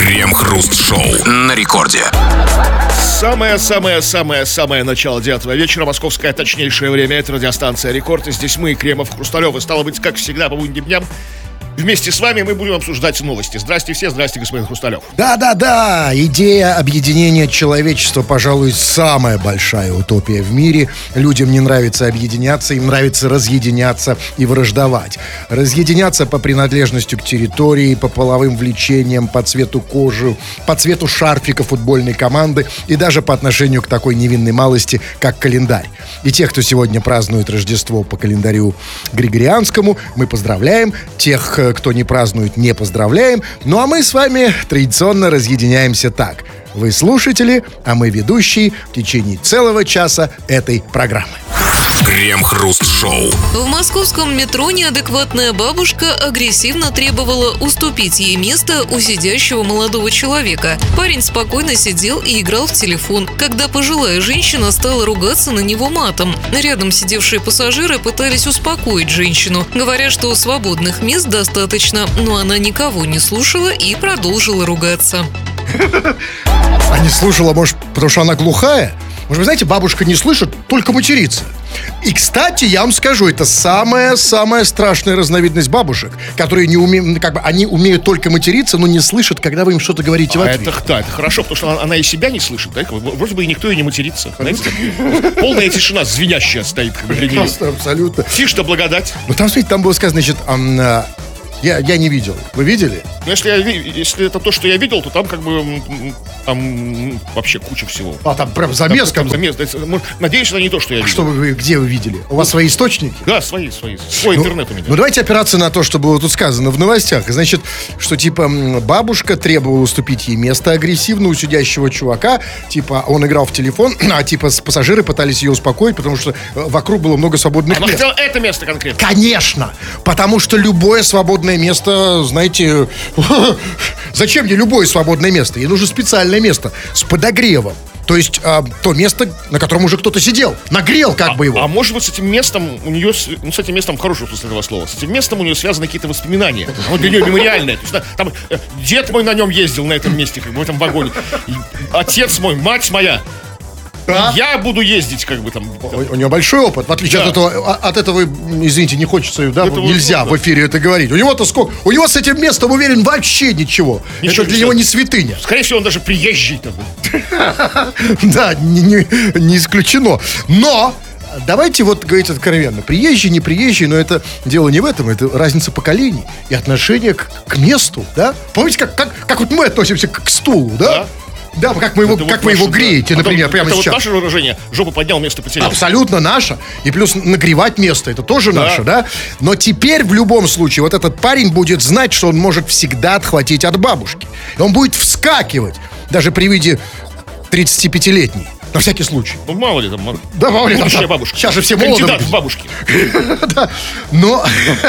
Крем-хруст-шоу на рекорде. Самое-самое-самое-самое начало 9 вечера. Московское точнейшее время. Это радиостанция «Рекорд». И здесь мы, Кремов, Хрусталев. И стало быть, как всегда, по будним дням, вместе с вами мы будем обсуждать новости. Здрасте все, здрасте, господин Хрусталев. Да-да-да, идея объединения человечества, пожалуй, самая большая утопия в мире. Людям не нравится объединяться, им нравится разъединяться и враждовать. Разъединяться по принадлежности к территории, по половым влечениям, по цвету кожи, по цвету шарфика футбольной команды и даже по отношению к такой невинной малости, как календарь. И тех, кто сегодня празднует Рождество по календарю Григорианскому, мы поздравляем. Тех, кто не празднует, не поздравляем. Ну а мы с вами традиционно разъединяемся так. Вы слушатели, а мы ведущие в течение целого часа этой программы. Крем-хруст-шоу. В московском метро неадекватная бабушка агрессивно требовала уступить ей место у сидящего молодого человека. Парень спокойно сидел и играл в телефон, когда пожилая женщина стала ругаться на него матом. Рядом сидевшие пассажиры пытались успокоить женщину, говоря, что свободных мест достаточно, но она никого не слушала и продолжила ругаться. А не слушала, может, потому что она глухая? Может, вы знаете, бабушка не слышит, только матерится. И, кстати, я вам скажу, это самая-самая страшная разновидность бабушек, которые не умеют, они умеют только материться, но не слышат, когда вы им что-то говорите в ответ. Это хорошо, потому что она и себя не слышит, да? Вроде бы и никто и не матерится. Знаете, полная тишина звенящая стоит. Просто, абсолютно. Тишь да благодать. Ну, там, смотрите, там было сказано, значит, я не видел. Вы видели? Ну, если это то, что я видел, то там там вообще куча всего. Там прям замес. Надеюсь, это не то, что я видел. Где вы видели? У вас свои источники? Да, свои. Свой интернет у меня. Ну, давайте опираться на то, что было тут сказано в новостях. Значит, что, типа, бабушка требовала уступить ей место агрессивно у сидящего чувака. Типа, он играл в телефон, а, типа, пассажиры пытались ее успокоить, потому что вокруг было много свободных мест. Она хотела это место конкретно. Конечно! Потому что любое свободное место, знаете... Зачем мне любое свободное место? Ей нужно специальное место с подогревом. То есть то место, на котором уже кто-то сидел. Нагрел как бы его. А может быть, с этим местом у нее, с этим местом в хорошем смысле этого слова, с этим местом у нее связаны какие-то воспоминания. Оно для нее мемориальное. То есть, там дед мой на нем ездил, на этом месте, как бы в этом вагоне. И отец мой, мать моя. Да? Я буду ездить, как бы там. У него большой опыт, в отличие от этого, извините, не хочется, да, нельзя в эфире это говорить. У него-то сколько? У него с этим местом, уверен, вообще ничего. Это для него не святыня. Скорее всего, он даже приезжий там. Да, не исключено. Но давайте вот говорить откровенно. Приезжий, не приезжий, но это дело не в этом. Это разница поколений и отношение к месту, да? Помните, как вот мы относимся к стулу, да? Да, как вы его греете, например, прямо сейчас. Это вот наше выражение, жопу поднял, место потерял. Абсолютно наше. И плюс нагревать место, это тоже наше, да? Но теперь в любом случае вот этот парень будет знать, что он может всегда отхватить от бабушки. И он будет вскакивать, даже при виде 35-летней. На всякий случай. Ну, мало ли там. Да, мало ли там. Будущая бабушка. Сейчас же все молоды. Кандидат в бабушки. Да. Но,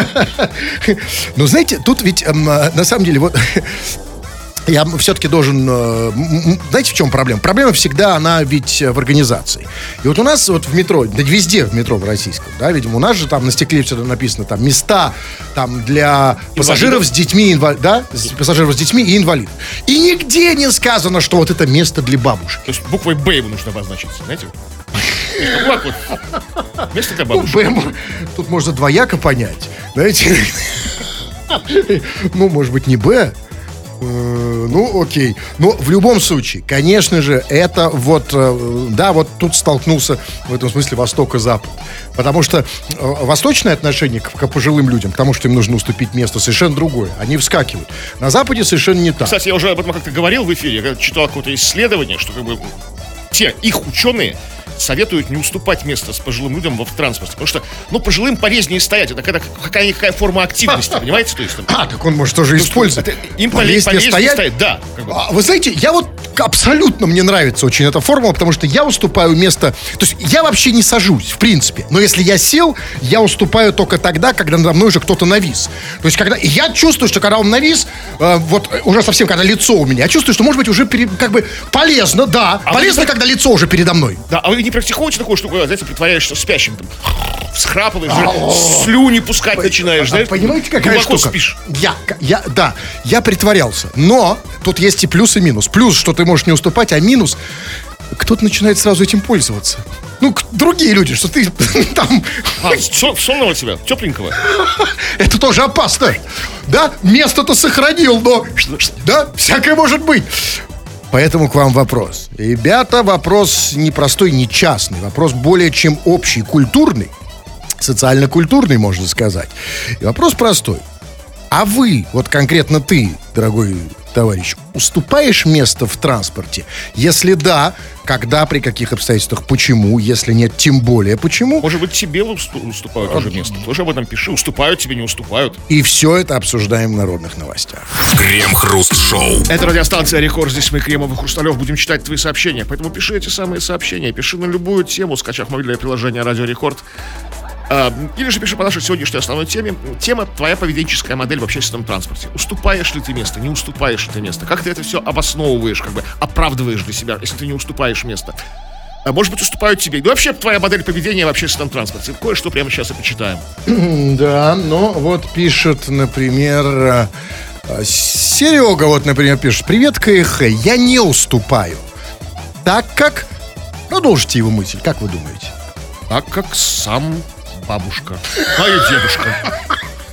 знаете, тут ведь на самом деле вот... Я все-таки должен... Знаете, в чем проблема? Проблема всегда, она ведь в организации. И вот у нас вот в метро, да везде в метро в российском, да, видимо, у нас же там на стекле все написано, там, места там для пассажиров с детьми, да, пассажиров с детьми и инвалидов. И нигде не сказано, что вот это место для бабушки. То есть буквой «Б» ему нужно обозначить, знаете? Вот место для бабушки. Тут можно двояко понять, знаете. Ну, может быть, не «Б». Ну, окей. Но в любом случае, конечно же, это вот, да, вот тут столкнулся в этом смысле Восток и Запад. Потому что восточное отношение к пожилым людям, к тому, что им нужно уступить место, совершенно другое. Они вскакивают. На Западе совершенно не так. Кстати, я уже об этом как-то говорил в эфире. Я читал какое-то исследование, что как бы их ученые советуют не уступать место с пожилым людям в транспорте. Потому что, пожилым полезнее стоять. Это какая форма активности, понимаете? То есть, так он может тоже использовать. Им полезнее стоять, да. Вы знаете, я вот абсолютно мне нравится очень эта формула, потому что я уступаю место... То есть я вообще не сажусь, в принципе. Но если я сел, я уступаю только тогда, когда надо мной уже кто-то навис. То есть когда... Я чувствую, что когда он навис, вот уже совсем, когда лицо у меня, я чувствую, что, может быть, уже как бы полезно, да. Полезно, когда лицо уже передо мной. Да, а вы не практикуете такую штуку, знаете, притворяешься спящим там. схрапываешь, слюни пускать начинаешь, знаешь? Понимаете, какая глубоко штука? спишь. Я притворялся. Но тут есть и плюс, и минус. Плюс, что ты можешь не уступать, а минус, кто-то начинает сразу этим пользоваться. Ну, другие люди, что ты там... Сонного тебя, тепленького. Это тоже опасно. Да, место-то сохранил, но... Да, всякое может быть. Поэтому к вам вопрос. Ребята, вопрос не простой, не частный. Вопрос более чем общий, культурный. Социально-культурный, можно сказать. И вопрос простой. А вы, вот конкретно ты, дорогой товарищ, уступаешь место в транспорте? Если да, когда, при каких обстоятельствах, почему? Если нет, тем более почему? Может быть, тебе уступают тоже место. Тоже об этом пиши. Уступают тебе, не уступают. И все это обсуждаем в народных новостях. Крем-хруст-шоу. Это радиостанция «Рекорд». Здесь мы, Кремов и Хрусталев, будем читать твои сообщения. Поэтому пиши эти самые сообщения. Пиши на любую тему, скачав мобильное приложение «Радио Рекорд». Или же пиши по нашей сегодняшней основной теме. Тема — твоя поведенческая модель в общественном транспорте. Уступаешь ли ты место, не уступаешь ли ты место? Как ты это все обосновываешь, как бы оправдываешь для себя, если ты не уступаешь место? Может быть, уступают тебе. Ну, вообще, твоя модель поведения в общественном транспорте. Кое-что прямо сейчас и почитаем. Да, ну вот пишет, например, Серега, вот, например, пишет: «Привет, КХ, я не уступаю, так как...» Продолжите его мысль, как вы думаете? Так как сам бабушка, и дедушка.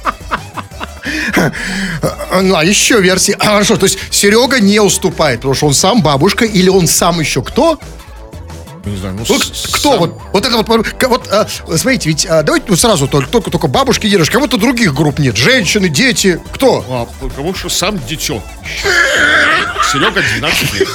Ну, а еще версии. Хорошо, то есть Серега не уступает, потому что он сам бабушка, или он сам еще кто? Не знаю, ну, Кто сам... вот это вот, смотрите, ведь давайте вот сразу только бабушки и дедушки, кого-то других групп нет, женщины, дети, кто? Потому что сам дитё. Серега 12 лет.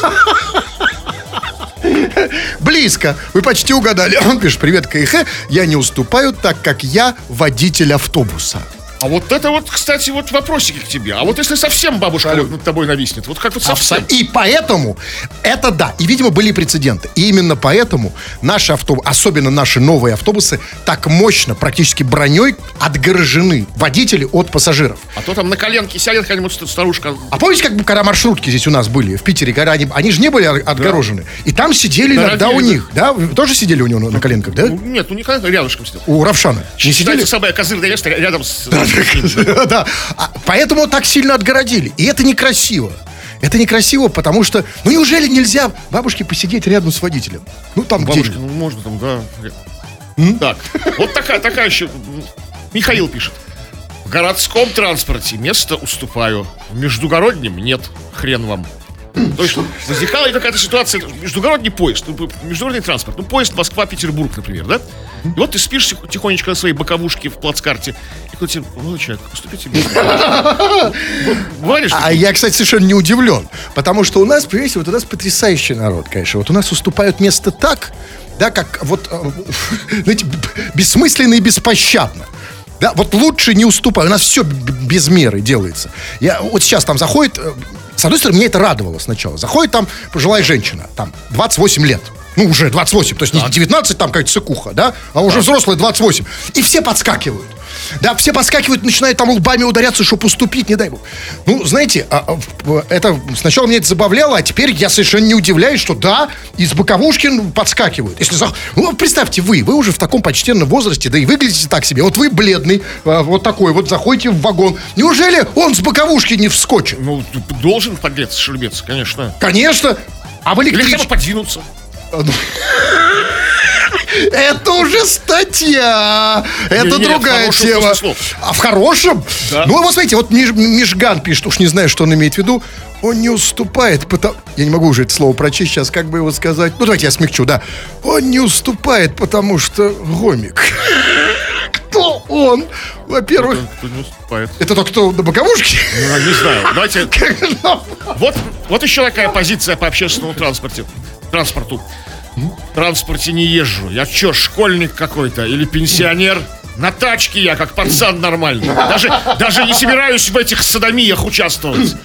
Близко, вы почти угадали. Он пишет: «Привет, КХ, я не уступаю, так как я водитель автобуса». А вот это вот, кстати, вот вопросики к тебе. А вот если совсем бабушка над тобой нависнет, вот как вот совсем? И поэтому, это да, и, видимо, были прецеденты. И именно поэтому наши автобусы, особенно наши новые автобусы, так мощно, практически броней отгорожены водители от пассажиров. А то там на коленке сядет какая-нибудь старушка. А помните, как когда маршрутки здесь у нас были в Питере, когда они же не были отгорожены? И там сидели иногда у них, да? Вы тоже сидели у него на коленках, да? Нет, не коленках, рядышком сидел. У Равшана. Не сидели? Самое козырное место рядом с... Да, поэтому так сильно отгородили. И это некрасиво. Это некрасиво, потому что... Ну, неужели нельзя бабушке посидеть рядом с водителем? Ну, там бабушке, где... ну, можно там, да. Так, вот такая еще... Михаил пишет. В городском транспорте место уступаю. В междугороднем нет. Хрен вам. То есть возникала какая-то ситуация, междугородний поезд, международный транспорт, поезд Москва-Петербург, например, да? И вот ты спишь тихонечко на своей боковушке в плацкарте, и кто тебе: молодой человек, уступите мне. А я, кстати, совершенно не удивлен, потому что у нас, понимаете, вот у нас потрясающий народ, конечно. Вот у нас уступают место так, да, как вот, знаете, бессмысленно и беспощадно. Да, вот лучше не уступаю. У нас все без меры делается. Я вот сейчас там заходит... С одной стороны, меня это радовало сначала. Заходит там пожилая женщина, там, 28 лет. Ну, уже 28, то есть не 19, там, какая-то цикуха, да? А уже взрослые 28. И все подскакивают. Да, все подскакивают, начинают там лбами ударяться, чтобы уступить, не дай бог. Ну, знаете, это сначала меня это забавляло, а теперь я совершенно не удивляюсь, что да, из боковушки подскакивают. Если ну, представьте, вы уже в таком почтенном возрасте, да и выглядите так себе. Вот вы бледный, вот такой, вот заходите в вагон. Неужели он с боковушки не вскочит? Ну, должен подлец, шельбец, конечно. Конечно. А в Или хотя бы подвинуться. Это уже статья. Это другая тема. А в хорошем? Да. Ну, вот смотрите, вот Мишган пишет, уж не знаю, что он имеет в виду. Он не уступает, потому... Я не могу уже это слово прочесть сейчас, как бы его сказать. Ну, давайте я смягчу, да. Он не уступает, потому что гомик. Кто он? Во-первых... Кто не уступает? Это тот, кто на боковушке? Ну, не знаю. Давайте... Вот еще такая позиция по общественному транспорту. В транспорте не езжу. Я что, школьник какой-то или пенсионер? На тачке я, как пацан нормальный. Даже не собираюсь в этих содомиях участвовать.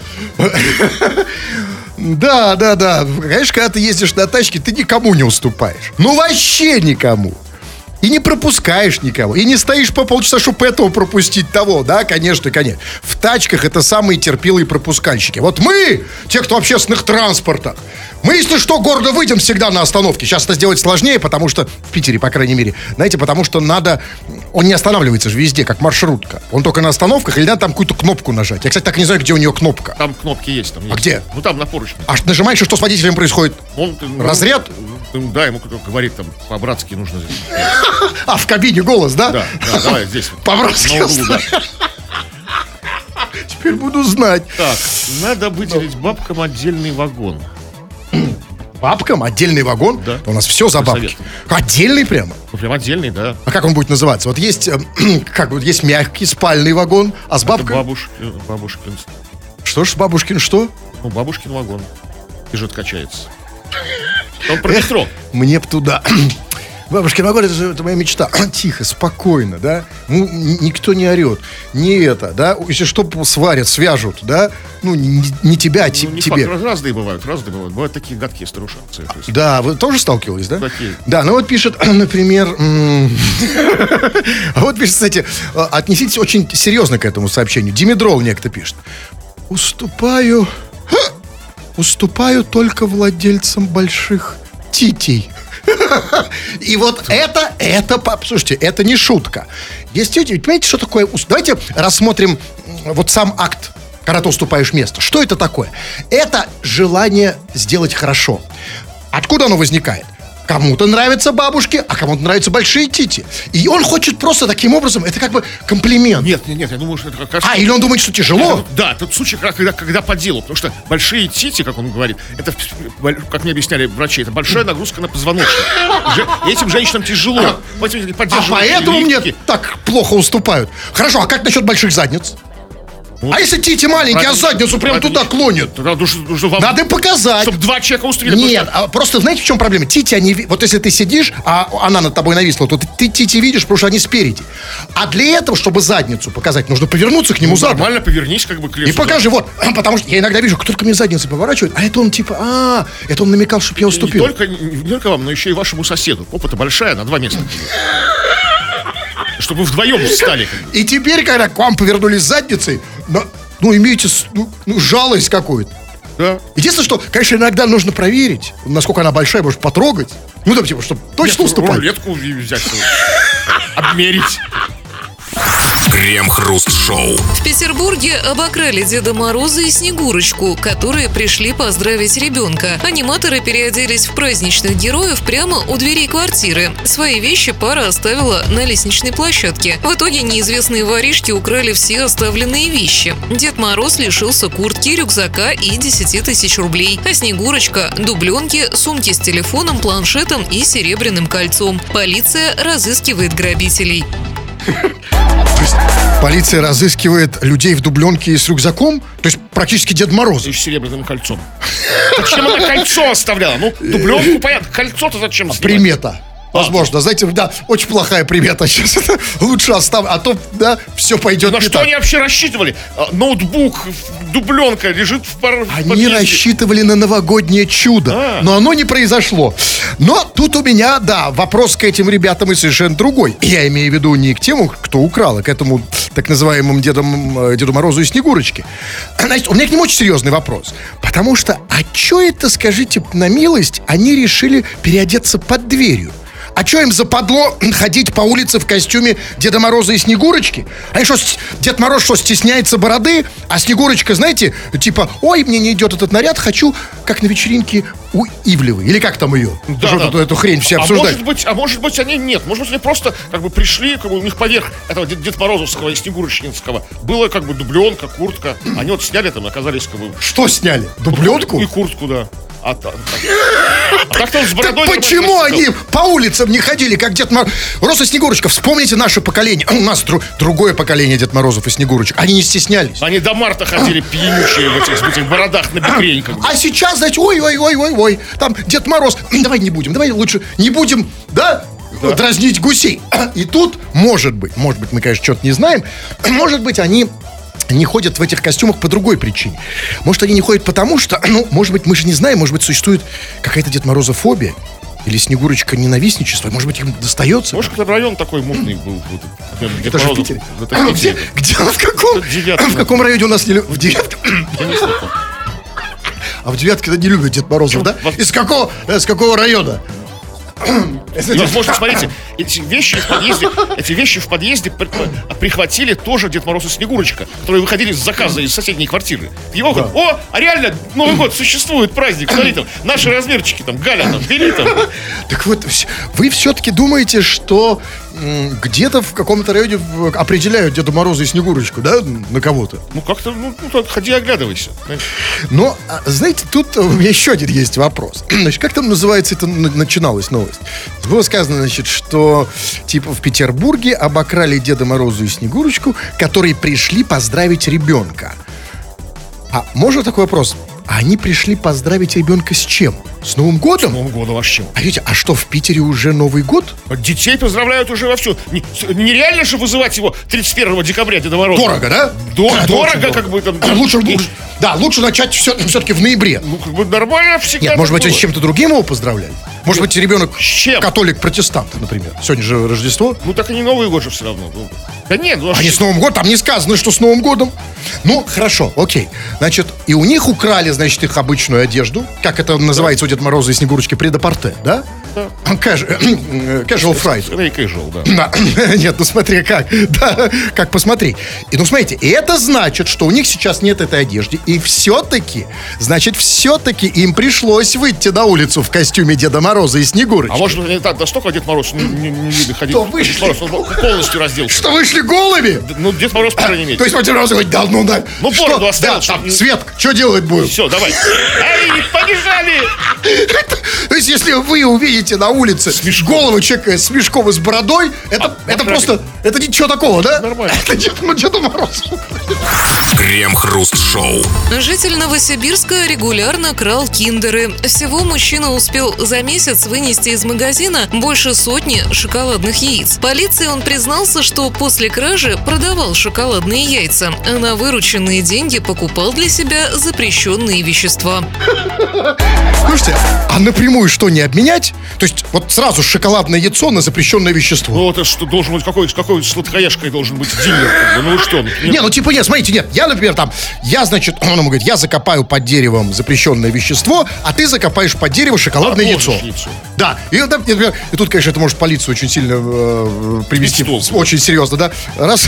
Да. Конечно, когда ты ездишь на тачке, ты никому не уступаешь. Ну, вообще никому. И не пропускаешь никого. И не стоишь по полчаса, чтобы этого пропустить того. Да, конечно. В тачках это самые терпилые пропускальщики. Вот мы, те, кто в общественных транспортах, Мы, если что, гордо выйдем всегда на остановке. Сейчас это сделать сложнее, потому что, в Питере, по крайней мере, знаете, потому что надо... Он не останавливается же везде, как маршрутка. Он только на остановках, или надо там какую-то кнопку нажать. Я, кстати, так и не знаю, где у нее кнопка. Там кнопки есть. Там есть. А где? Ну, там на поручне. А нажимаешь, и что с водителем происходит? Разряд? Да, ему кто-то говорит, там, по-братски нужно... А, в кабине голос, да? Да, давай здесь. По-братски. Теперь буду знать. Так, надо выделить бабкам отдельный вагон. Бабкам отдельный вагон? Да. У нас все за бабки. Отдельный прямо? Ну, прям отдельный, да. А как он будет называться? Вот есть, есть мягкий спальный вагон, а с бабкой... Бабушкин. Что ж, бабушкин что? Ну, бабушкин вагон. И же откачается. Он про метро. Мне б туда... Бабушкин вагон, это моя мечта. Тихо, спокойно, да? Ну, никто не орет. Не это, да? Если что, сварят, свяжут, да? Ну, не тебя, а тебе. Факт, разные бывают. Бывают такие гадкие старушенцы. Да, вы тоже сталкивались, да? Такие. Да, ну вот пишет, например... А вот пишет, кстати, отнеситесь очень серьезно к этому сообщению. Димедрол некто пишет. Уступаю только владельцам больших титей. И вот слушайте, это не шутка. Если, понимаете, что такое? Давайте рассмотрим вот сам акт, когда ты уступаешь место. Что это такое? Это желание сделать хорошо. Откуда оно возникает? Кому-то нравятся бабушки, а кому-то нравятся большие тити. И он хочет просто таким образом, это как бы комплимент. Нет, я думаю, что это как раз... или он думает, что тяжело? Да, тот случай, когда по делу. Потому что большие тити, как он говорит, это, как мне объясняли врачи, это большая нагрузка на позвоночник. Этим женщинам тяжело. Поэтому мне так плохо уступают. Хорошо, а как насчет больших задниц? Вот. А если тити маленькие, а задницу прям туда клонят? Надо показать. Чтобы два человека уступили. Нет, просто знаете, в чем проблема? Тити, они... Вот если ты сидишь, а она над тобой нависла, то ты тити видишь, потому что они спереди. А для этого, чтобы задницу показать, нужно повернуться к нему задом. Нормально повернись как бы к лесу. И покажи, вот. Потому что я иногда вижу, кто только мне задницу поворачивает, а это он типа, это он намекал, чтобы я уступил. Не только вам, но еще и вашему соседу. Опыта большая, на 2 места. Чтобы вы вдвоем встали. И теперь, когда к вам повернулись задницей, имеете жалость какую-то. Да. Единственное, что, конечно, иногда нужно проверить, насколько она большая, может потрогать. Ну, там, типа, чтобы точно уступать. Рулетку взять, обмерить. Крем-хруст-шоу. В Петербурге обокрали Деда Мороза и Снегурочку, которые пришли поздравить ребенка. Аниматоры переоделись в праздничных героев прямо у дверей квартиры. Свои вещи пара оставила на лестничной площадке. В итоге неизвестные воришки украли все оставленные вещи. Дед Мороз лишился куртки, рюкзака и 10 тысяч рублей. А Снегурочка – дубленки, сумки с телефоном, планшетом и серебряным кольцом. Полиция разыскивает грабителей. То есть полиция разыскивает людей в дубленке и с рюкзаком? То есть практически Дед Мороз. И с серебряным кольцом. Зачем она кольцо оставляла? Ну, дубленку, понятно, кольцо-то зачем снимать? Примета. Возможно, знаете, да, очень плохая примета сейчас. Лучше оставить, а то, да, все пойдет на не что так. Они вообще рассчитывали? Ноутбук, дубленка лежит в Они рассчитывали на новогоднее чудо, но оно не произошло. Но тут у меня, да, вопрос к этим ребятам и совершенно другой. Я имею в виду не к тем, кто украл, а к этому так называемому Деду Морозу и Снегурочке. Значит, у меня к ним очень серьезный вопрос. Потому что, а что это, скажите на милость, они решили переодеться под дверью? А что им западло ходить по улице в костюме Деда Мороза и Снегурочки? А что, Дед Мороз что, стесняется бороды? А Снегурочка, знаете, типа, ой, мне не идет этот наряд, хочу, как на вечеринке у Ивлевой. Или как там ее? Эту хрень все обсуждают. Может быть, они нет. Может быть, они просто как бы пришли, как бы у них поверх этого Дед Морозовского и Снегурочкинского было как бы дубленка, куртка. Они вот сняли там и оказались как бы... Что сняли? Дубленку? И куртку, да. Так почему они по улицам не ходили, как Дед Мороз и Снегурочка? Вспомните наше поколение. У нас другое поколение Дед Морозов и Снегурочек. Они не стеснялись. Они до марта ходили пьянючие в этих бородах на бекрень. А сейчас, знаете, ой, там Дед Мороз. Давай лучше не будем, да? Дразнить гусей. И тут, может быть, мы, конечно, что-то не знаем, может быть, они не ходят в этих костюмах по другой причине. Может, они не ходят потому, что, может быть, мы же не знаем, может быть, существует какая-то Дед Морозофобия или Снегурочка ненавистничество, может быть, им достается. Может, это район такой мутный был. Это же в Питере. Где, в каком районе у нас в 9? А в Девятке-то не любят Дед Морозов, да? Из какого района? Возможно, смотрите, эти вещи в подъезде прихватили тоже Дед Мороз и Снегурочка, которые выходили с заказа из соседней квартиры. Его говорят: о, а реально, Новый год, существует праздник, смотри, там, наши размерчики, там, Галя, там, бери, там. Так вот, вы все-таки думаете, что где-то в каком-то районе определяют Деда Мороза и Снегурочку, да, на кого-то? Ну, как-то, так, ходи, оглядывайся. Но, знаете, тут у меня еще один есть вопрос. Значит, как там называется, это начиналась новость? Было сказано, значит, что, типа, в Петербурге обокрали Деда Мороза и Снегурочку, которые пришли поздравить ребенка. А можно такой вопрос? А они пришли поздравить ребенка с чем? С Новым годом? С Новым годом, а с чем? А видите, а что, в Питере уже Новый год? Детей поздравляют уже вовсю. Нереально же вызывать его 31 декабря, Деда Мороза. Дорого, да? Дорого, как бы там. Лучше начать все-таки в ноябре. Ну, как бы нормально всегда. Нет, может быть, с чем-то другим его поздравляли? Может быть, ребенок католик-протестант, например. Сегодня же Рождество. Ну, так и не Новый год же все равно. Да нет, ну, они с Новым годом, там не сказано, что с Новым годом. Ну, хорошо, окей. Значит, и у них украли, значит, их обычную одежду. Как это называется у Деда Мороза и Снегурочки, предапорте, да? Да. Casual Friday. Casual, да. Нет, ну смотри, как. Да, как посмотри. И, ну, смотрите, и это значит, что у них сейчас нет этой одежды. И все-таки им пришлось выйти на улицу в костюме Деда Мороза и Снегурочки. А может быть, так настолько Дед Мороз не любит ходить. Что вышли? Дед Мороз, он полностью разделся. Что, вышли голыми? Ну, Дед Мороз, по крайней мере. То есть, Дед Мороз говорит: да, ну, да. Ну, бороду оставил. Да, там, Светка, что делать будем? Все, давай. Эй, побежали! То есть, если вы увидите на улице голову человека с мешком и с бородой, это просто, это ничего такого, да? Нормально. Это Деду Морозу. Крем-хруст-шоу. Житель Новосибирска регулярно крал киндеры. Всего мужчина успел за месяц вынести из магазина больше сотни шоколадных яиц. Полиции он признался, что после кражи продавал шоколадные яйца, а на вырученные деньги покупал для себя запрещенные вещества. Слушайте, а напрямую что, не обменять? То есть вот сразу шоколадное яйцо на запрещенное вещество? Ну, это что, должен быть какой сладкоежкой должен быть дилер, как бы. Ну вы что? Не, ну типа нет, смотрите, нет. Я, например, значит, он ему говорит: я закопаю под деревом запрещенное вещество, а ты закопаешь под дерево шоколадное яйцо. Да. И тут, конечно, это может полицию очень сильно привести. Очень серьезно, да? Раз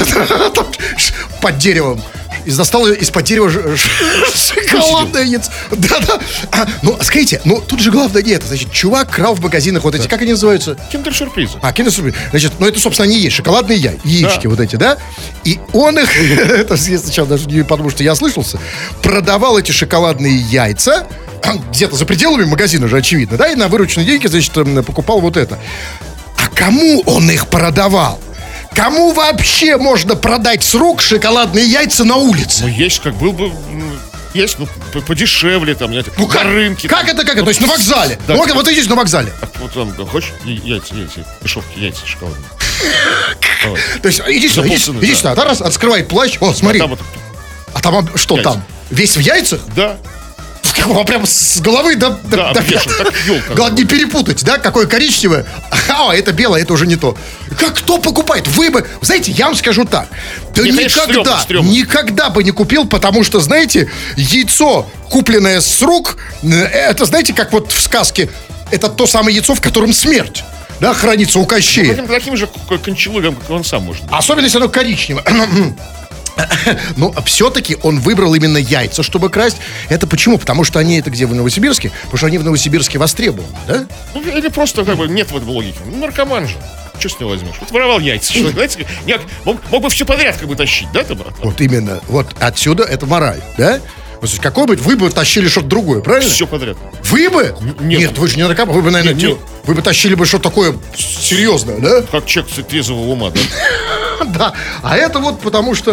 под деревом. И достал из-под дерева шоколадное яйцо. Да-да. Ну, скажите, ну тут же главное не это. Значит, чувак крал в магазинах вот эти, как они называются? Киндер-сюрпризы. Киндер-сюрприз. Значит, ну это, собственно, они и есть. Шоколадные яички вот эти, да? И он их, это я сначала даже не потому, что я слышался, продавал эти шоколадные яйца где-то за пределами магазина же, очевидно, да? И на вырученные деньги, значит, покупал вот это. А кому он их продавал? Кому вообще можно продать с рук шоколадные яйца на улице? Ну, есть, как был бы... Есть, ну, подешевле, там, на рынке. Как это? То есть на вокзале? Да, ну, вот идите на вокзале. Вот там, хочешь, яйца, дешевки, яйца шоколадные. То есть иди сюда, да, раз, открывает плащ, о, смотри. А там что там? Весь в яйцах? Да. Прям с головы до главное не перепутать, да? Какое коричневое, а это белое, это уже не то. Кто покупает? Вы бы, знаете, я вам скажу так: да никогда бы не купил, потому что, знаете, яйцо, купленное с рук, это, знаете, как вот в сказке, это то самое яйцо, в котором смерть, да, хранится у Кощея. Ну, таким же кончалугом, как он сам может быть. Особенно, если оно коричневое. Но все-таки он выбрал именно яйца, чтобы красть. Это почему? Потому что они, это где, в Новосибирске? Потому что они в Новосибирске востребованы, да? Ну, или просто, как бы, нет в этом логики. Ну, наркоман же. Что с него возьмешь? Вот воровал яйца. Человек, знаете, мог бы все подряд как бы тащить, да? Вот именно. Вот отсюда это мораль, да? Какой бы вы бы тащили что-то другое, правильно? Все подряд. Вы бы? Нет, вы же не наркоман. Вы бы, наверное, вы бы тащили бы что-то такое серьезное, да? Как человек трезвого ума, да? Да, а это вот потому что...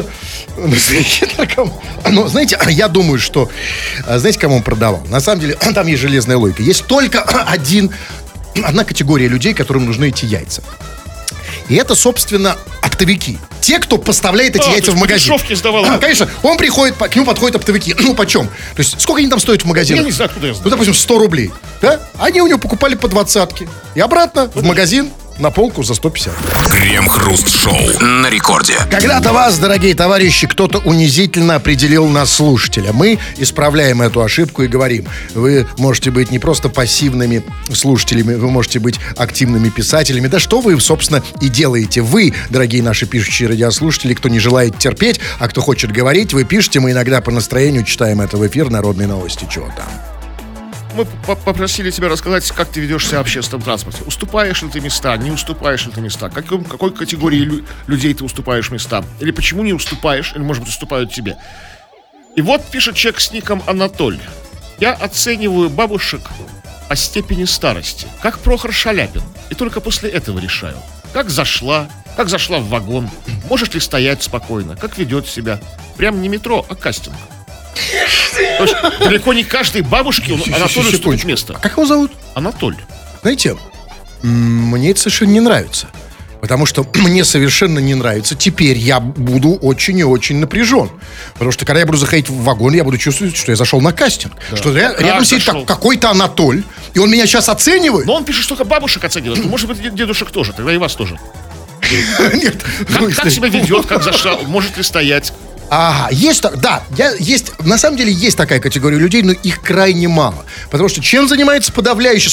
Но, знаете, я думаю, что... Знаете, кому он продавал? На самом деле, там есть железная логика. Есть только одна категория людей, которым нужны эти яйца. И это, собственно, оптовики. Те, кто поставляет эти яйца в магазин. Дешевки сдавал. Конечно, он приходит, к нему подходят оптовики. Ну, почем? То есть, сколько они там стоят в магазине? Я не знаю, куда я знаю. Ну, допустим, 100 рублей. Да? Они у него покупали по 20-ке. И обратно в магазин на полку за 150. Крем-хруст-шоу на рекорде. Когда-то вас, дорогие товарищи, кто-то унизительно определил на слушателя. Мы исправляем эту ошибку и говорим: вы можете быть не просто пассивными слушателями, вы можете быть активными писателями. Да что вы, собственно, и делаете. Вы, дорогие наши пишущие радиослушатели, кто не желает терпеть, а кто хочет говорить, вы пишете, мы иногда по настроению читаем это в эфир, народные новости, чего там. Мы попросили тебя рассказать, как ты ведешь себя в общественном транспорте. Уступаешь ли ты места, не уступаешь ли ты места? Какой категории людей ты уступаешь места? Или почему не уступаешь, или, может быть, уступают тебе? И вот пишет человек с ником Анатолий. Я оцениваю бабушек по степени старости, как Прохор Шаляпин. И только после этого решаю, как зашла в вагон, может ли стоять спокойно, как ведет себя. Прям не метро, а кастинг. То есть далеко не каждой бабушке Анатолию уступит место. А как его зовут? Анатолий. Знаете, мне это совершенно не нравится. Потому что мне совершенно не нравится. Теперь я буду очень и очень напряжен. Потому что когда я буду заходить в вагон, я буду чувствовать, что я зашел на кастинг. Да. Что рядом сидит какой-то Анатоль, и он меня сейчас оценивает. Но он пишет, что только бабушек оценивает. Может быть, дедушек тоже, тогда и вас тоже. Нет. Как себя ведет, как зашел, может ли стоять. Ага, на самом деле есть такая категория людей, но их крайне мало. Потому что чем занимается подавляющее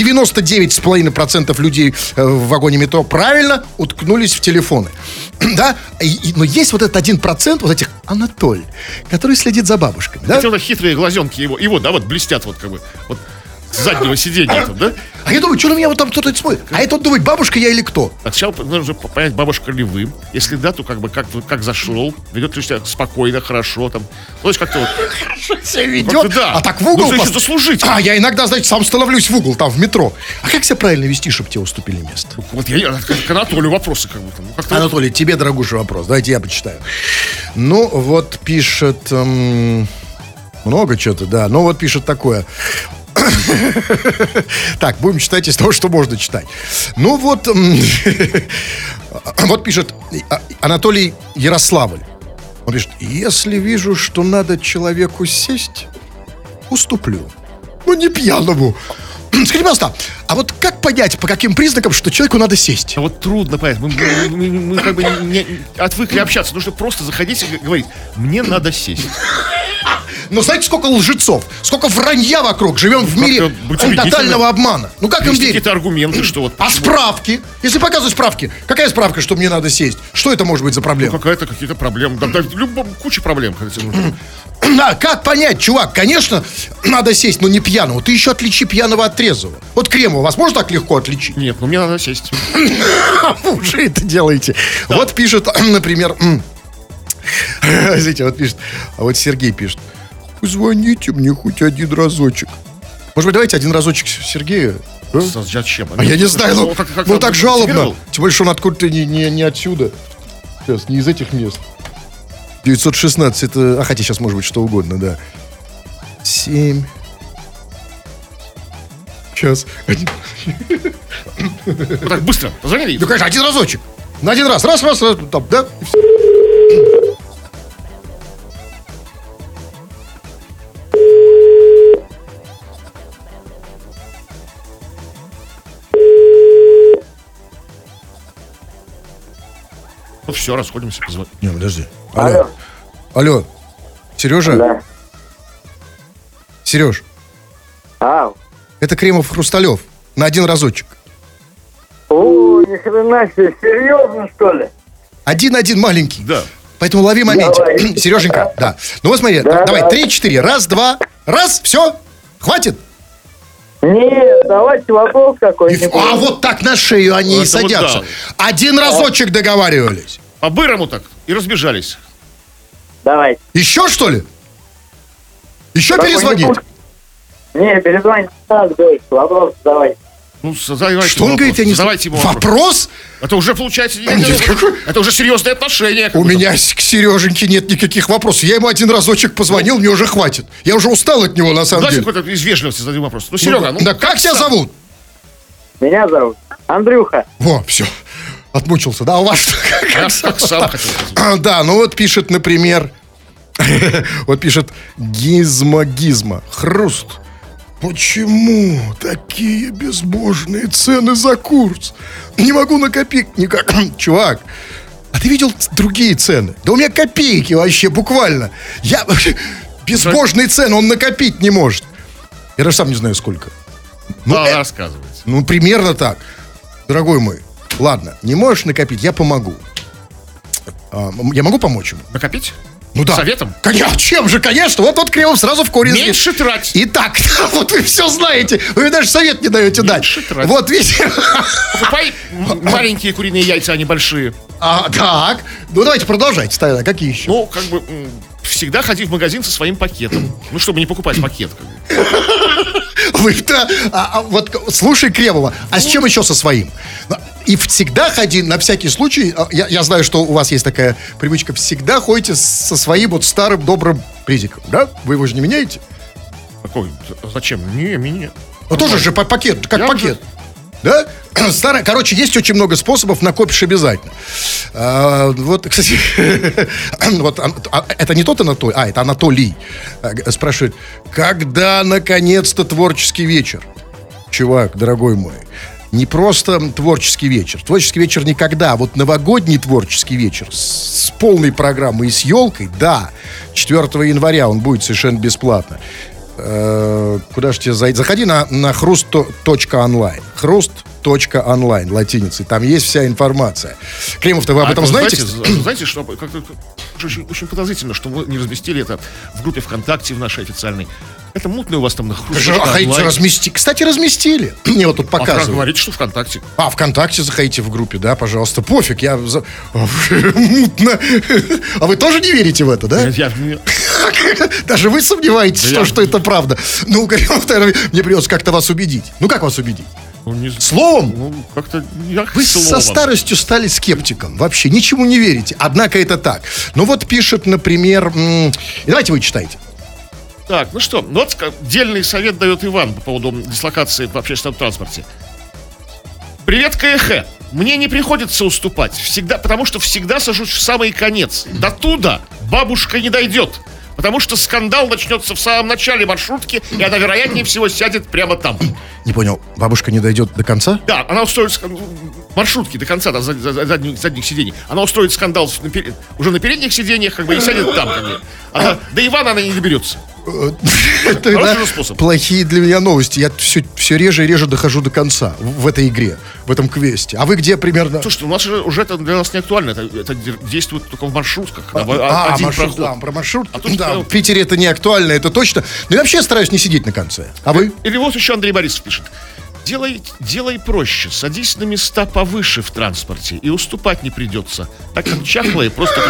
99,5% людей в вагоне метро? Правильно, уткнулись в телефоны. Да? Но есть вот этот 1%, вот этих Анатоль, который следит за бабушками. Да? Эти хитрые глазенки его, да, вот блестят вот как бы вот с заднего сиденья там, да? А я думаю, что на меня вот там кто-то смотрит? А это он думает, бабушка я или кто? Сначала нужно понять, бабушка ли вы. Если да, то как зашел, ведет ли себя спокойно, хорошо там. То есть как-то вот... Хорошо себя ведет, да. А так в угол... Нужно еще заслужить. Я иногда, знаете, сам становлюсь в угол там в метро. А как себя правильно вести, чтобы тебе уступили место? Вот я к Анатолию вопросы как бы там. Анатолий, тебе, дорогущий, вопрос. Давайте я почитаю. Ну, вот пишет... много чего-то, да. Ну, вот пишет такое... Так, будем читать из того, что можно читать. Ну вот, вот пишет Анатолий Ярославль. Он пишет: если вижу, что надо человеку сесть, уступлю. Ну, не пьяному. Скажите, пожалуйста, а вот как понять, по каким признакам, что человеку надо сесть? А вот трудно понять. Мы как бы не отвыкли общаться. Нужно просто заходить и говорить: мне надо сесть. Но знаете, сколько лжецов, сколько вранья вокруг. Живем в мире тотального обмана. Ну как им верить? Какие-то аргументы, что вот... А справки? Если показывают справки, какая справка, что мне надо сесть? Что это может быть за проблема? Ну, какие-то проблемы. Да, куча проблем, когда тебе нужно. Да, как понять, чувак? Конечно, надо сесть, но не пьяного. Ты еще отличи пьяного от трезвого. Вот Кремова вас можно так легко отличить? Нет, ну мне надо сесть. Вы уже это делаете. Вот пишет, например... Знаете, вот пишет... А вот Сергей пишет: позвоните мне хоть один разочек. Может быть, давайте один разочек Сергею? А? Зачем? Я не знаю, ну так жалобно. Тем более, что он откуда-то не отсюда. Сейчас, не из этих мест. 916, это... хотя сейчас может быть что угодно, да. 7. Сейчас. Так, быстро, позвонили. Ну, конечно, один разочек. На один раз. Раз, там, да? Ну все, расходимся, позвоним. Не, подожди. Алло. Сережа? Да. Сереж. Это Кремов Хрусталев. На один разочек. О, ни хрена себе, серьезно, что ли? Один маленький. Да. Поэтому лови моментик. Давай. Сереженька, да. Ну вот смотри, Да, давай, да. 3-4. Раз, два. Раз, все. Хватит? Нет, давайте вопрос какой-нибудь. А вот так на шею они и Это вот садятся. да. Один разочек договаривались. По-бырому так. И разбежались. Давайте. Еще что ли? Еще перезвонить? Не, перезвонить так, дочь. Вопрос давайте. Ну, задавайте Что он вопрос. говорит, я не знаю. Задавайте ему вопрос. Вопрос? Это уже получается... Это уже серьезные отношения. У меня к Сереженьке нет никаких вопросов. Я ему один разочек позвонил, мне уже хватит. Я уже устал от него, на самом Давайте деле. какой-то из вежливости зададим вопрос. Ну, Серега, Да как тебя зовут? Меня зовут Андрюха. Во, все. Отмучился. Да, у вас что? Я так сам хотел сказать. Да, ну вот пишет, например... Вот пишет Гизма. Хруст. Почему такие безбожные цены за курс? Не могу накопить никак. Чувак, а ты видел другие цены? Да у меня копейки вообще, буквально. Я безбожные цены, он накопить не может. Я даже сам не знаю, сколько. Рассказывайте. Ну, примерно так. Дорогой мой, ладно, не можешь накопить, я помогу. Я могу помочь ему? Накопить? Ну да. Советом? Конечно, чем же, конечно. Вот Кремов сразу в корень. Меньше трать. Итак, вот вы все знаете. Вы мне даже совет не даете дать. Меньше трать. Вот видите. Покупай маленькие куриные яйца, а не большие. Так. Ну, давайте продолжайте. Тогда какие еще? Ну, как бы, всегда ходи в магазин со своим пакетом. Ну, чтобы не покупать пакет. Как бы. Вы-то, вот слушай Кремова, а с чем еще со своим? И всегда ходи, на всякий случай, я знаю, что у вас есть такая привычка, всегда ходите со своим вот старым добрым призиком, да? Вы его же не меняете? Какой? Зачем? Не, меня. Ну, тоже же пакет, как Я пакет. Да? Старый, короче, есть очень много способов, накопишь обязательно. Вот, кстати, вот, это не тот Анатолий, это Анатолий спрашивает, когда наконец-то творческий вечер? Чувак, дорогой мой, не просто творческий вечер. Творческий вечер никогда. Вот новогодний творческий вечер с полной программой и с елкой, да, 4 января он будет совершенно бесплатно. Куда же тебе зайти? Заходи на хруст.онлайн. Хруст.онлайн латиницей. Там есть вся информация. Кремов-то вы об этом знаете? Знаете, что как-то очень подозрительно, что вы не разместили это в группе ВКонтакте в нашей официальной. Это мутно у вас там на Хотите разместить? Кстати, разместили. Мне вот тут показывают. Говорите, что ВКонтакте. ВКонтакте заходите в группе, да, пожалуйста. Пофиг, мутно. А вы тоже не верите в это, да? Даже вы сомневаетесь, что это правда. Ну, мне придется как-то вас убедить. Ну, как вас убедить? Словом? Ну, как-то вы со старостью стали скептиком. Вообще ничему не верите. Однако это так. Ну, вот пишет, например... Давайте вы читайте. Так, ну что, вот дельный совет дает Иван по поводу дислокации в общественном транспорте. Привет, КХ. Мне не приходится уступать, всегда, потому что всегда сажусь в самый конец. До туда бабушка не дойдет, потому что скандал начнется в самом начале маршрутки, и она, вероятнее всего, сядет прямо там. Не понял, бабушка не дойдет до конца? Да, она устроит маршрутки до конца, до задних сидений. Она устроит скандал уже на передних сиденьях, как бы, и сядет там, как бы. До Ивана она не доберется. Это способ. Плохие для меня новости. Я все реже и реже дохожу до конца в этой игре, в этом квесте. А вы где примерно? Слушайте, у нас уже это для нас не актуально. Это действует только в маршрутках. Один проход. Про маршрут. Да, в Питере это не актуально, это точно. Но я вообще стараюсь не сидеть на конце. А вы? Или вот еще Андрей Борисов пишет. Делай проще, садись на места повыше в транспорте, и уступать не придется, так как чахлые просто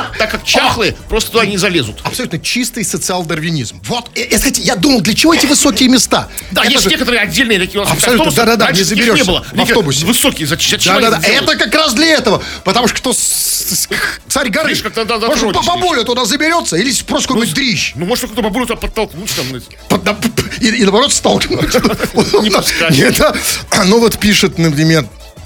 туда не залезут. Абсолютно чистый социал-дарвинизм. Вот, кстати, я думал, для чего эти высокие места? Да, есть некоторые отдельные такие абсолютно, автобусы. Да, не заберешься не было. в автобусе. Высокие, зачем? Да, это как раз для этого. Потому что кто царь горы, может, бабуля туда заберется, или просто какой-нибудь дрищ. Ну, может, кто-то бабулю туда подтолкнуть там. И наоборот столкнуть. Не пускай. Ну вот пишет, например,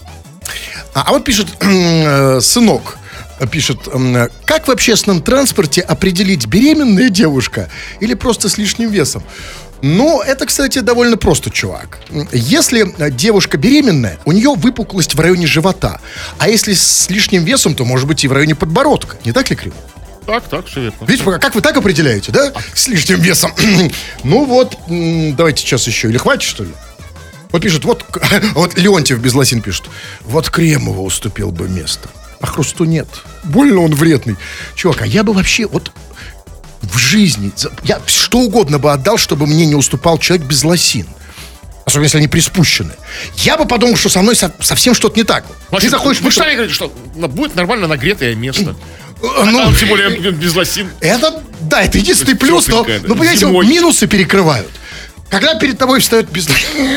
вот пишет сынок, пишет, как в общественном транспорте определить, беременная девушка или просто с лишним весом? Ну, это, кстати, довольно просто, чувак. Если девушка беременная, у нее выпуклость в районе живота, а если с лишним весом, то, может быть, и в районе подбородка. Не так ли, Криво? Так, все верно. Видите, как вы так определяете, да? С лишним весом. Ну вот, давайте сейчас еще. Или хватит, что ли? Вот пишет, вот Леонтьев без лосин пишет. Вот Кремову уступил бы место, а Хрусту нет. Больно он вредный. Чувак, а я бы вообще вот в жизни, я что угодно бы отдал, чтобы мне не уступал человек без лосин. Особенно, если они приспущены. Я бы подумал, что со мной совсем что-то не так. Ты заходишь... Вы сами говорите, что будет нормально нагретое место. Ну, тем более без лосин. Это единственный плюс, но, понимаете, минусы перекрывают. Когда перед тобой встает без...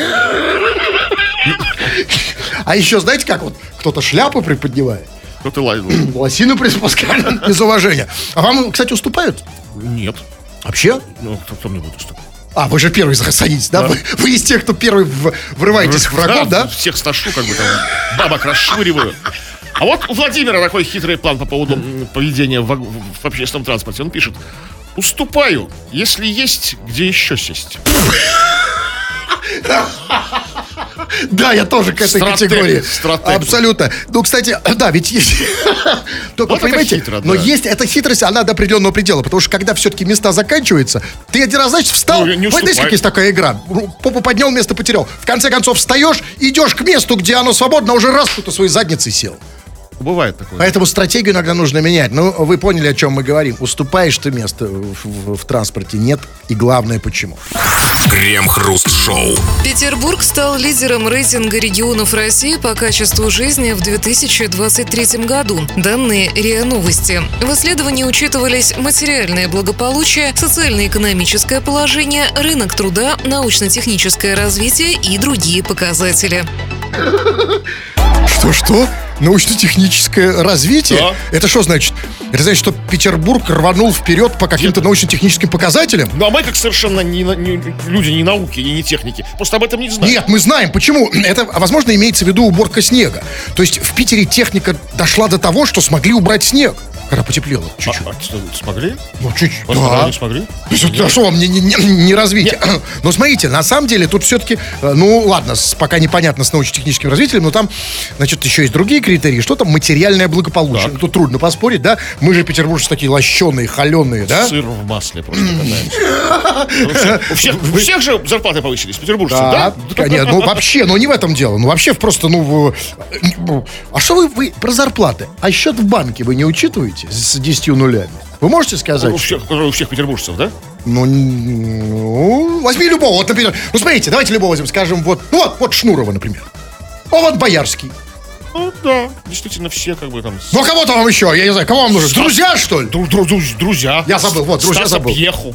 А еще, знаете, как вот кто-то шляпу приподнимает, кто-то лосину приспускает без уважения. А вам, кстати, уступают? Нет. Вообще? Ну, кто мне будет уступать? Вы же первый садитесь, да? Вы из тех, кто первый врываетесь в врагов, да? Всех сношу, как бы там, бабок расшвыриваю. А вот у Владимира такой хитрый план по поводу поведения в общественном транспорте. Он пишет: уступаю, если есть где еще сесть. Да, я тоже к этой категории. Абсолютно. Ну, кстати, да, ведь есть... Только, Вот это понимаете, хитро, но да. есть эта хитрость, она до определенного предела. Потому что, когда все-таки места заканчиваются, ты один раз, значит, встал... Ну, не Вот знаете, уступай. как есть такая игра? Попу поднял, место потерял. В конце концов, встаешь, идешь к месту, где оно свободно, а уже раз кто-то своей задницей сел. Бывает такое. Поэтому стратегию иногда нужно менять. Ну, вы поняли, о чем мы говорим. Уступаешь ты место в транспорте, нет. И главное, почему. Крем-хруст-шоу. Петербург стал лидером рейтинга регионов России по качеству жизни в 2023 году. Данные РИА Новости. В исследовании учитывались материальное благополучие, социально-экономическое положение, рынок труда, научно-техническое развитие и другие показатели. Что? Научно-техническое развитие? Да. Это что значит? Это значит, что Петербург рванул вперед по каким-то научно-техническим показателям? Ну, а мы как совершенно люди не науки и не техники. Просто об этом не знаем. Нет, мы знаем, почему. Это, возможно, имеется в виду уборка снега. То есть в Питере техника дошла до того, что смогли убрать снег. Когда потеплело чуть-чуть. Что, смогли? Ну, чуть-чуть. Вас Да. не смогли? То есть, а что вам не развитие? Но смотрите, на самом деле тут все-таки, ну ладно, пока непонятно с научно-техническим развитием, но там, значит, еще есть другие критерии. Что там материальное благополучие? Так. Тут трудно поспорить, да? Мы же петербуржцы такие лощеные, холеные, да? Сыр в масле просто катаемся. У всех же зарплаты повысились, петербуржцев, да? Конечно, ну вообще, ну не в этом дело. Ну вообще просто, а что вы про зарплаты? А счет в банке вы не учитываете с 10 нулями? Вы можете сказать? У всех петербуржцев, да? Ну, возьми любого, вот, например. Ну, смотрите, давайте любого возьмем, скажем, вот Шнурова, например. Вот Боярский. Ну, да, действительно, все как бы там... Ну, а кого-то вам еще, я не знаю, кого вам нужен? Друзья, что ли? Друзья. Я забыл, вот, друзья Стаса забыл. Пьеху.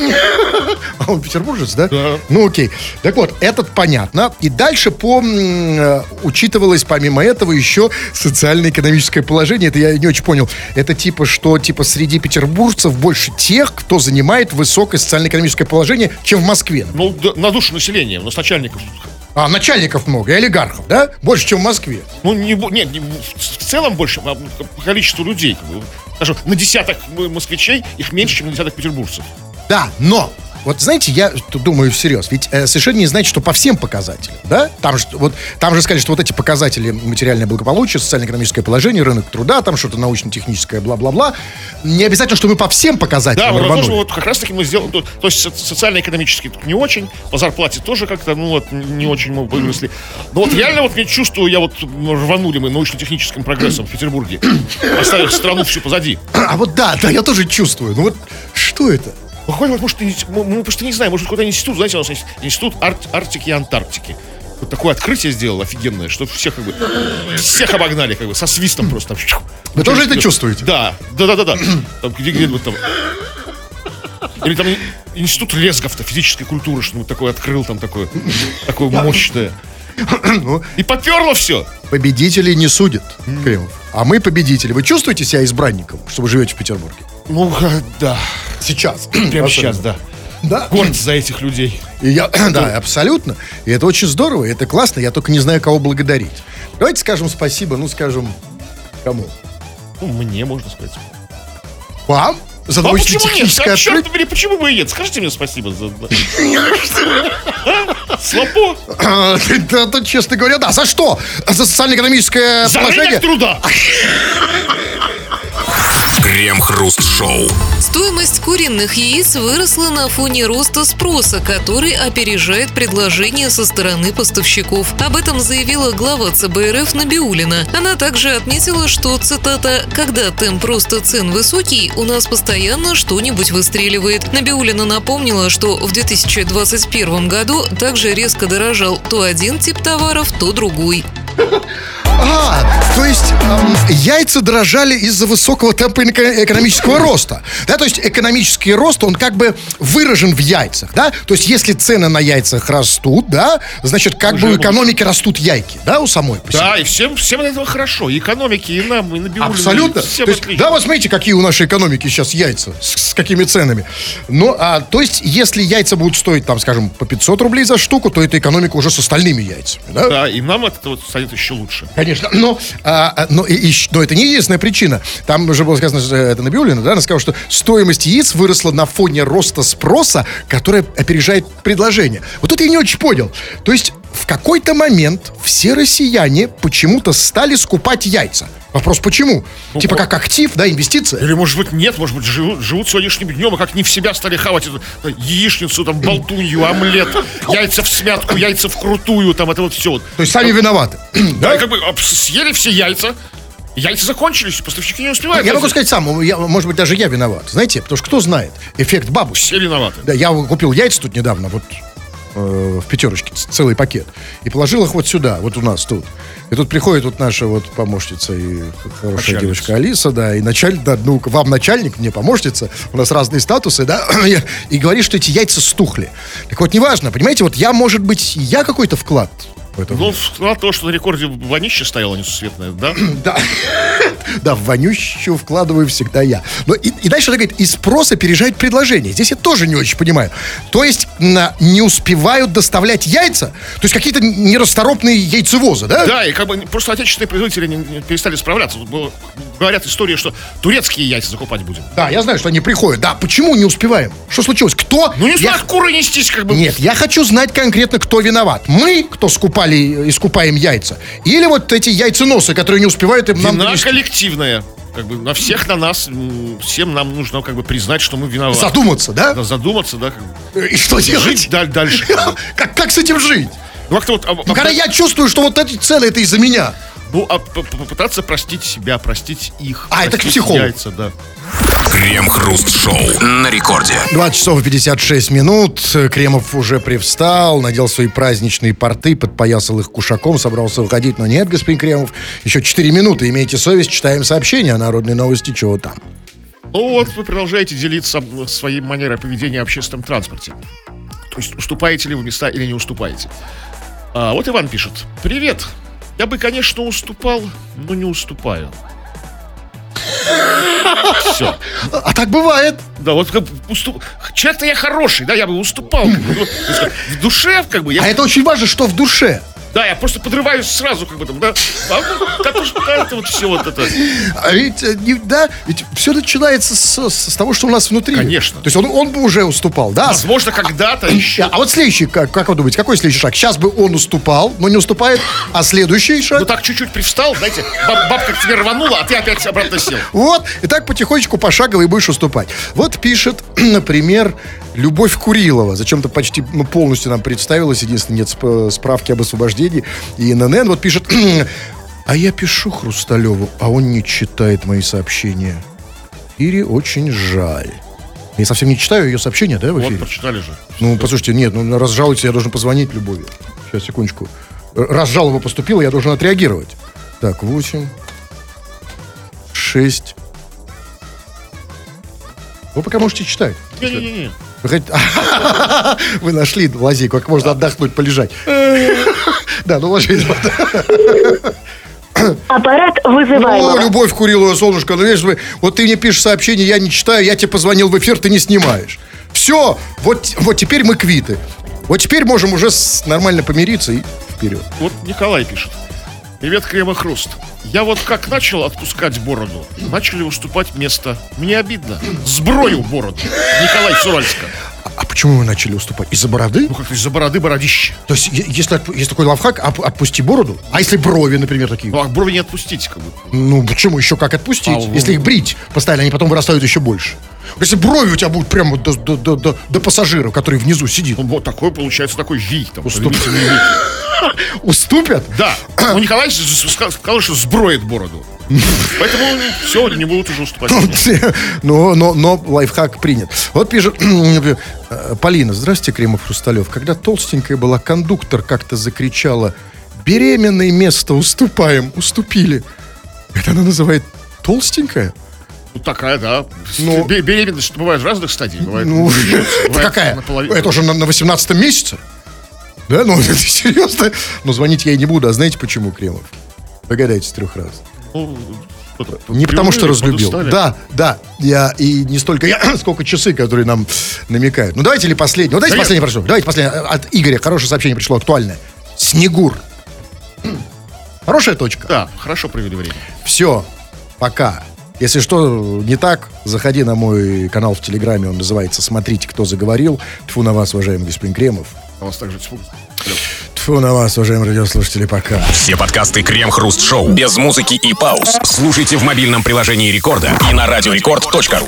А он петербуржец, да? Да. Ну, окей. Так вот, этот понятно. И дальше учитывалось, помимо этого, еще социально-экономическое положение. Это я не очень понял. Это типа, что среди петербуржцев больше тех, кто занимает высокое социально-экономическое положение, чем в Москве. Ну, на душу населения, у нас начальников. А, начальников много, и олигархов, да? Больше, чем в Москве. Ну, в целом больше, по количеству людей. Как бы. Скажу, на десяток москвичей их меньше, чем на десяток петербуржцев. Да, но... Вот знаете, я тут думаю всерьез, ведь совершенно не значит, что по всем показателям, да? Там же сказали, что вот эти показатели материальное благополучие, социально-экономическое положение, рынок труда, там что-то научно-техническое, бла-бла-бла. Не обязательно, что мы по всем показателям Да, рванули. возможно, вот как раз-таки мы сделали, то есть социально-экономически тут не очень, по зарплате тоже как-то, не очень мы выросли. Но вот реально вот я чувствую, рванули мы научно-техническим прогрессом в Петербурге, оставив страну всю позади. А вот да, я тоже чувствую. Ну вот, что это? Может, мы просто не знаем, может, какой-то институт, знаете, у нас есть институт Арктики и Антарктики. Вот такое открытие сделал офигенное, что всех всех обогнали, как бы, со свистом просто. Вы тоже это чувствуете? Да. Там, где вот там. Или там институт Лесгов-то, физической культуры, что вот такое открыл, там такое мощное. И поперло все. Победителей не судят, Кремов. А мы победители. Вы чувствуете себя избранником, что вы живете в Петербурге? Ну, да. Сейчас. Прямо сейчас, да. Да. Горд за этих людей. Да, абсолютно. И это очень здорово, и это классно. Я только не знаю, кого благодарить. Давайте скажем спасибо, кому? Ну, мне, можно сказать. Вам? За А почему нет? научно-техническое Черт открытие? побери, почему бы и нет? Скажите мне спасибо за... Слабо? Да, честно говоря, да. За что? За социально-экономическое За положение? рынок труда! Крем-хруст-шоу. Стоимость куриных яиц выросла на фоне роста спроса, который опережает предложение со стороны поставщиков. Об этом заявила глава ЦБ РФ Набиуллина. Она также отметила, что, цитата, «когда темп роста цен высокий, у нас постоянно что-нибудь выстреливает». Набиуллина напомнила, что в 2021 году также резко дорожал то один тип товаров, то другой. То есть яйца дорожали из-за высокого темпа экономического роста. Да, то есть экономический рост, он как бы выражен в яйцах, да? То есть если цены на яйцах растут, да, значит, как бы у экономики растут яйки, да, у самой по себе. Да, и всем от этого хорошо. И экономике, и нам, и Набиуллиной. Абсолютно. Всем То есть, отлично. да, вот смотрите, какие у нашей экономики сейчас яйца, с какими ценами. Ну, то есть, если яйца будут стоить, там, скажем, по 500 рублей за штуку, то это экономика уже с остальными яйцами, да? Да, и нам от этого станет еще лучше. Конечно, но это не единственная причина. Там уже было сказано, что это Набиуллина, да, она сказала, что стоимость яиц выросла на фоне роста спроса, который опережает предложение. Вот тут я не очень понял. То есть в какой-то момент все россияне почему-то стали скупать яйца. Вопрос, почему? Типа как актив, да, инвестиция? Или, может быть, нет, может быть, живут сегодняшним днем, и как не в себя стали хавать эту яичницу, там, болтунью, омлет, яйца в смятку, яйца вкрутую, там, это вот все. То есть сами виноваты. Да, как бы съели все яйца, яйца закончились, поставщики не успевают. Я могу сказать сам, может быть, даже я виноват. Знаете, потому что кто знает, эффект бабушки. Все виноваты. Да, я купил яйца тут недавно, вот в пятерочке, целый пакет. И положил их вот сюда, вот у нас тут. И тут приходит вот наша вот помощница и хорошая девочка Алиса, да, и начальник, да, ну, вам начальник, мне помощница, у нас разные статусы, да, и говорит, что эти яйца стухли. Так вот, неважно, понимаете, вот может быть, я какой-то вклад в это. Ну, вклад того, что на рекорде вонище стояло несусветное, да? Да. Да, в вонющую вкладываю всегда я. Но и дальше она говорит, и спрос опережает предложение. Здесь я тоже не очень понимаю. То есть не успевают доставлять яйца? То есть какие-то нерасторопные яйцевозы, да? Да, и как бы просто отечественные производители не перестали справляться. Говорят истории, что турецкие яйца закупать будем. Да, я знаю, что они приходят. Да, почему не успеваем? Что случилось? Кто? Ну, не знаю, куры нестись, как бы. Нет, я хочу знать конкретно, кто виноват. Мы, кто скупали и скупаем яйца? Или вот эти яйценосы, которые не успевают им нам донести? Коллективная. Как бы на всех, на нас, всем нам нужно как бы признать, что мы виноваты. Задуматься, да? Да, задуматься, да. Как бы. И что делать? Жить дальше. Как с этим жить? Ну, как-то вот, когда я чувствую, что вот эти цены, это из-за меня. Ну, попытаться простить себя, простить их. Это к психологу. Яйца, да. Крем-хруст-шоу на рекорде. 20 часов и 56 минут. Кремов уже привстал, надел свои праздничные порты, подпоясал их кушаком, собрался выходить. Но нет, господин Кремов, еще 4 минуты. Имейте совесть, читаем сообщения о народной новости, чего там. Ну вот, вы продолжаете делиться своей манерой поведения в общественном транспорте. То есть, уступаете ли вы места или не уступаете. Вот Иван пишет. Привет. Я бы, конечно, уступал, но не уступаю. Все. А так бывает. Да, вот как человек-то я хороший, да, я бы уступал. В душе, как бы. А это очень важно, что в душе. Да, я просто подрываюсь сразу, как бы там, да. Это вот все вот это. Ведь все начинается с того, что у нас внутри. Конечно. То есть он бы уже уступал, да? Возможно, когда-то еще. А вот следующий, как вы думаете, какой следующий шаг? Сейчас бы он уступал, но не уступает, а следующий шаг? Ну так чуть-чуть привстал, знаете, бабка к тебе рванула, а ты опять обратно сел. Вот, и так потихонечку пошагово и будешь уступать. Вот пишет, например, Любовь Курилова. Зачем-то почти полностью нам представилась. Единственное, нет справки об освобождении. И ННН вот пишет: а я пишу Хрусталеву, а он не читает мои сообщения. Ире очень жаль. Я совсем не читаю ее сообщения, да, в эфире? Вот, прочитали же. Ну, послушайте, нет, раз жалуется, я должен позвонить Любови. Сейчас, секундочку. Раз жалоба поступила, я должен отреагировать. Так, 8, 6. Вы пока можете читать. Не-не-не. Вы нашли лазейку, как можно отдохнуть, полежать. Да, ну ложись. Аппарат вызываемого. О, Любовь Курилова, солнышко, ну видишь, вот ты мне пишешь сообщение, я не читаю, я тебе позвонил в эфир, ты не снимаешь. Все, вот теперь мы квиты. Вот теперь можем уже нормально помириться и вперед. Вот Николай пишет. Привет, Крем и Хруст. Я вот как начал отпускать бороду, начали уступать место. Мне обидно. Сброю бороду. Николай Суральска. А почему вы начали уступать? Из-за бороды? Ну, как из-за бороды бородище. То есть, если есть такой лайфхак, отпусти бороду. А если брови, например, такие? Ну, а брови не отпустить, как бы. Ну, почему еще как отпустить? Если их брить постоянно, они потом вырастают еще больше. Если брови у тебя будут прямо до пассажира, который внизу сидит. Ну, вот такой, получается, такой вий. Там, Уступят? Да. Ну, Николай сказал, что сброит бороду. Поэтому все, не будут уже уступать. Но лайфхак принят. Вот пишет Полина. Здравствуйте, Кремов, Хрусталев. Когда толстенькая была, кондуктор как-то закричала: беременное место уступаем. Уступили. Это она называет толстенькая? Ну, такая, да. Ну, беременность бывает в разных стадиях. Бывает, ну, какая? Это уже на 18-м месяце? Да, ну, это серьезно? Но звонить я и не буду. А знаете почему, Кремов? Догадайтесь 3 раз. Ну, не потому что разлюбил. Да. Я и не столько я, сколько часы, которые нам намекают. Ну, давайте или последний. Ну, давайте последний, прошу. Давайте последний. От Игоря хорошее сообщение пришло, актуальное. Снегур. Хорошая точка? Да, хорошо провели время. Все, пока. Если что не так, заходи на мой канал в Телеграме, он называется «Смотрите, кто заговорил». Тьфу на вас, уважаемый господин Кремов. А вас также тьфу. Тьфу на вас, уважаемые радиослушатели, пока. Все подкасты Крем-Хруст Шоу без музыки и пауз слушайте в мобильном приложении Рекорда и на радиорекорд.ру.